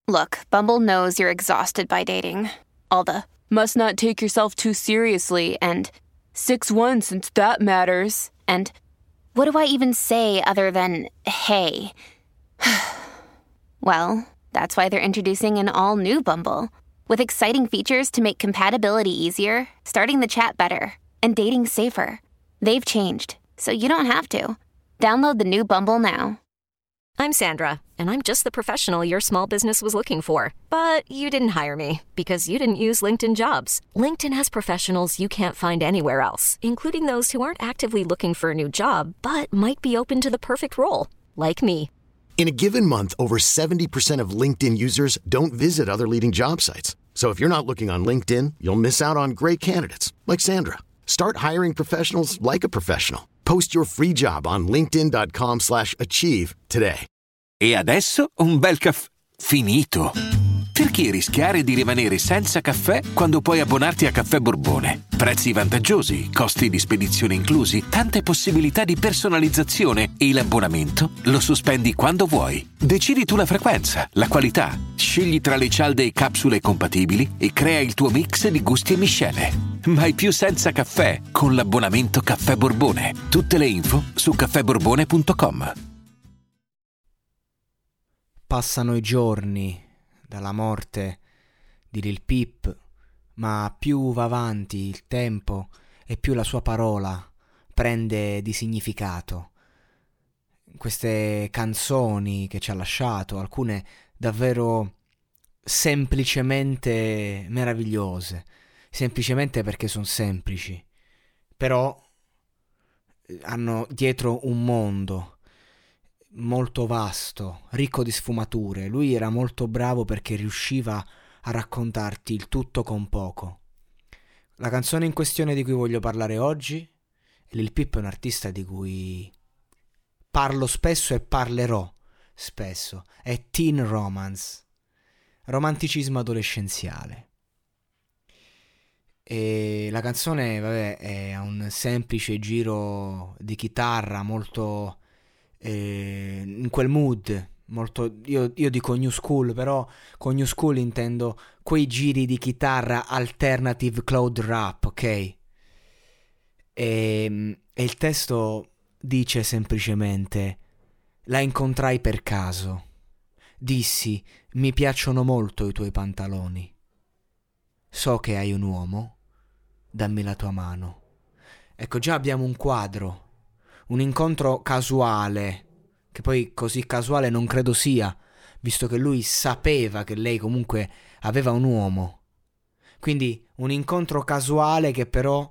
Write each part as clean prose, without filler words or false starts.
Look, Bumble knows you're exhausted by dating. All the must not take yourself too seriously and 6'1" since that matters. And what do I even say other than hey? Well, that's why they're introducing an all-new Bumble with exciting features to make compatibility easier, starting the chat better, and dating safer. They've changed, so you don't have to. Download the new Bumble now. I'm Sandra, and I'm just the professional your small business was looking for. But you didn't hire me because you didn't use LinkedIn Jobs. LinkedIn has professionals you can't find anywhere else, including those who aren't actively looking for a new job, but might be open to the perfect role, like me. In a given month, over 70% of LinkedIn users don't visit other leading job sites. So if you're not looking on LinkedIn, you'll miss out on great candidates like Sandra. Start hiring professionals like a professional. Post your free job on linkedin.com/achieve today. E adesso un bel caffè finito. Perché rischiare di rimanere senza caffè quando puoi abbonarti a Caffè Borbone? Prezzi vantaggiosi, costi di spedizione inclusi, tante possibilità di personalizzazione e l'abbonamento lo sospendi quando vuoi. Decidi tu la frequenza, la qualità, scegli tra le cialde e capsule compatibili e crea il tuo mix di gusti e miscele. Mai più senza caffè con l'abbonamento Caffè Borbone. Tutte le info su caffèborbone.com. Passano i giorni dalla morte di Lil Peep, ma più va avanti il tempo e più la sua parola prende di significato. Queste canzoni che ci ha lasciato, alcune davvero semplicemente meravigliose, semplicemente perché sono semplici, però hanno dietro un mondo molto vasto, ricco di sfumature. Lui era molto bravo perché riusciva a raccontarti il tutto con poco. La canzone in questione di cui voglio parlare oggi, Lil Peep è un artista di cui parlo spesso e parlerò spesso, è Teen Romance, romanticismo adolescenziale. E la canzone, vabbè, è un semplice giro di chitarra molto in quel mood molto, io dico new school, però con new school intendo quei giri di chitarra alternative cloud rap, ok? E il testo dice semplicemente: la incontrai per caso, dissi mi piacciono molto i tuoi pantaloni, so che hai un uomo, dammi la tua mano. Ecco, già abbiamo un quadro, un incontro casuale, che poi così casuale non credo sia, visto che lui sapeva che lei comunque aveva un uomo. Quindi un incontro casuale che però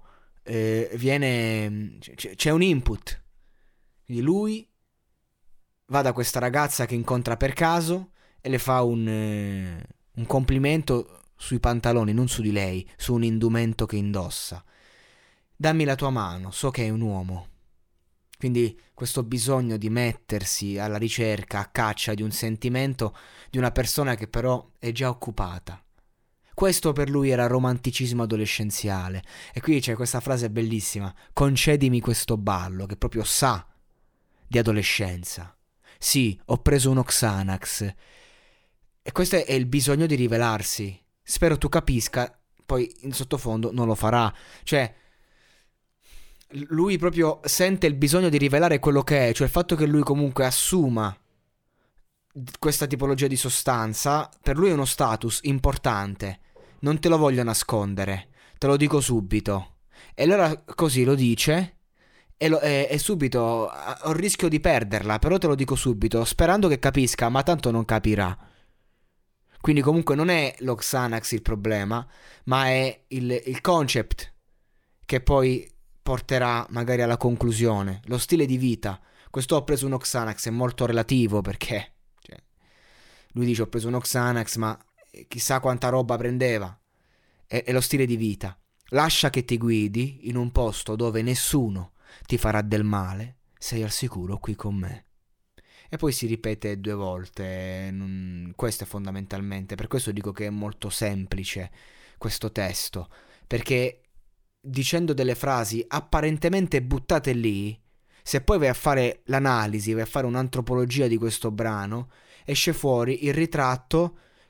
c'è un input. Quindi lui va da questa ragazza che incontra per caso e le fa un complimento sui pantaloni, non su di lei, su un indumento che indossa. Dammi la tua mano, so che è un uomo. Quindi questo bisogno di mettersi alla ricerca, a caccia di un sentimento di una persona che però è già occupata. Questo per lui era romanticismo adolescenziale. E qui c'è questa frase bellissima: concedimi questo ballo, che proprio sa di adolescenza. Sì, ho preso uno Xanax. E questo è il bisogno di rivelarsi. Spero tu capisca. Poi in sottofondo non lo farà. Cioè, lui proprio sente il bisogno di rivelare quello che è. Cioè il fatto che lui comunque assuma questa tipologia di sostanza, per lui è uno status importante. Non te lo voglio nascondere, te lo dico subito. E allora così lo dice e subito ho il rischio di perderla, però te lo dico subito, sperando che capisca, ma tanto non capirà. Quindi comunque non è lo Xanax il problema, ma è il concept che poi porterà magari alla conclusione. Lo stile di vita. Questo ho preso uno Xanax è molto relativo, perché lui dice ho preso uno Xanax, ma chissà quanta roba prendeva. È lo stile di vita. Lascia che ti guidi in un posto dove nessuno ti farà del male, sei al sicuro qui con me. E poi si ripete 2 volte. Questo è fondamentalmente, per questo dico che è molto semplice questo testo, perché dicendo delle frasi apparentemente buttate lì, se poi vai a fare l'analisi, vai a fare un'antropologia di questo brano, esce fuori il ritratto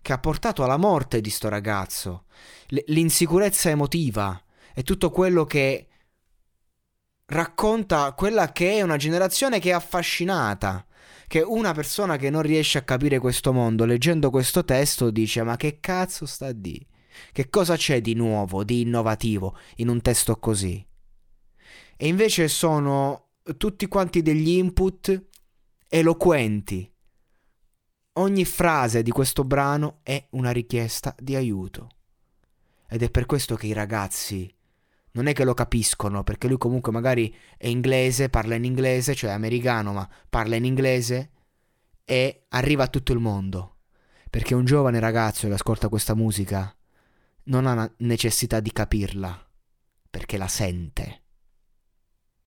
che ha portato alla morte di sto ragazzo, l'insicurezza emotiva e tutto quello che racconta quella che è una generazione che è affascinata, che una persona che non riesce a capire questo mondo leggendo questo testo dice: ma che cazzo sta di? Che cosa c'è di nuovo, di innovativo in un testo così? E invece sono tutti quanti degli input eloquenti. Ogni frase di questo brano è una richiesta di aiuto. Ed è per questo che i ragazzi non è che lo capiscono, perché lui comunque magari è inglese, parla in inglese, cioè americano, ma parla in inglese e arriva a tutto il mondo. Perché un giovane ragazzo che ascolta questa musica non ha necessità di capirla, perché la sente.